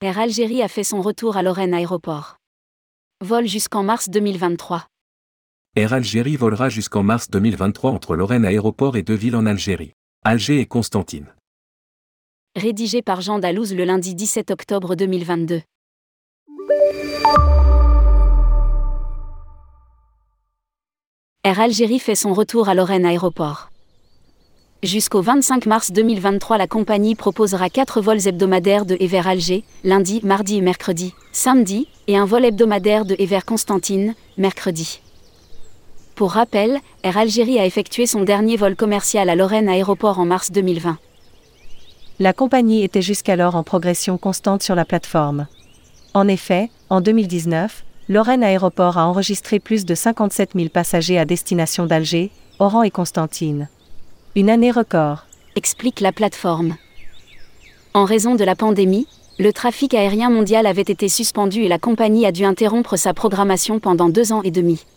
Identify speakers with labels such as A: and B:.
A: Air Algérie a fait son retour à Lorraine Aéroport. Vol jusqu'en mars 2023.
B: Air Algérie volera jusqu'en mars 2023 entre Lorraine Aéroport et deux villes en Algérie, Alger et Constantine.
A: Rédigé par Jean Dalouse le lundi 17 octobre 2022. Air Algérie fait son retour à Lorraine Aéroport. Jusqu'au 25 mars 2023, la compagnie proposera 4 vols hebdomadaires de et vers Alger, lundi, mardi et mercredi, samedi, et un vol hebdomadaire de et vers Constantine, mercredi. Pour rappel, Air Algérie a effectué son dernier vol commercial à Lorraine Aéroport en mars 2020.
C: La compagnie était jusqu'alors en progression constante sur la plateforme. En effet, en 2019, Lorraine Aéroport a enregistré plus de 57 000 passagers à destination d'Alger, Oran et Constantine. Une année record,
A: explique la plateforme. En raison de la pandémie, le trafic aérien mondial avait été suspendu et la compagnie a dû interrompre sa programmation pendant 2 ans et demi.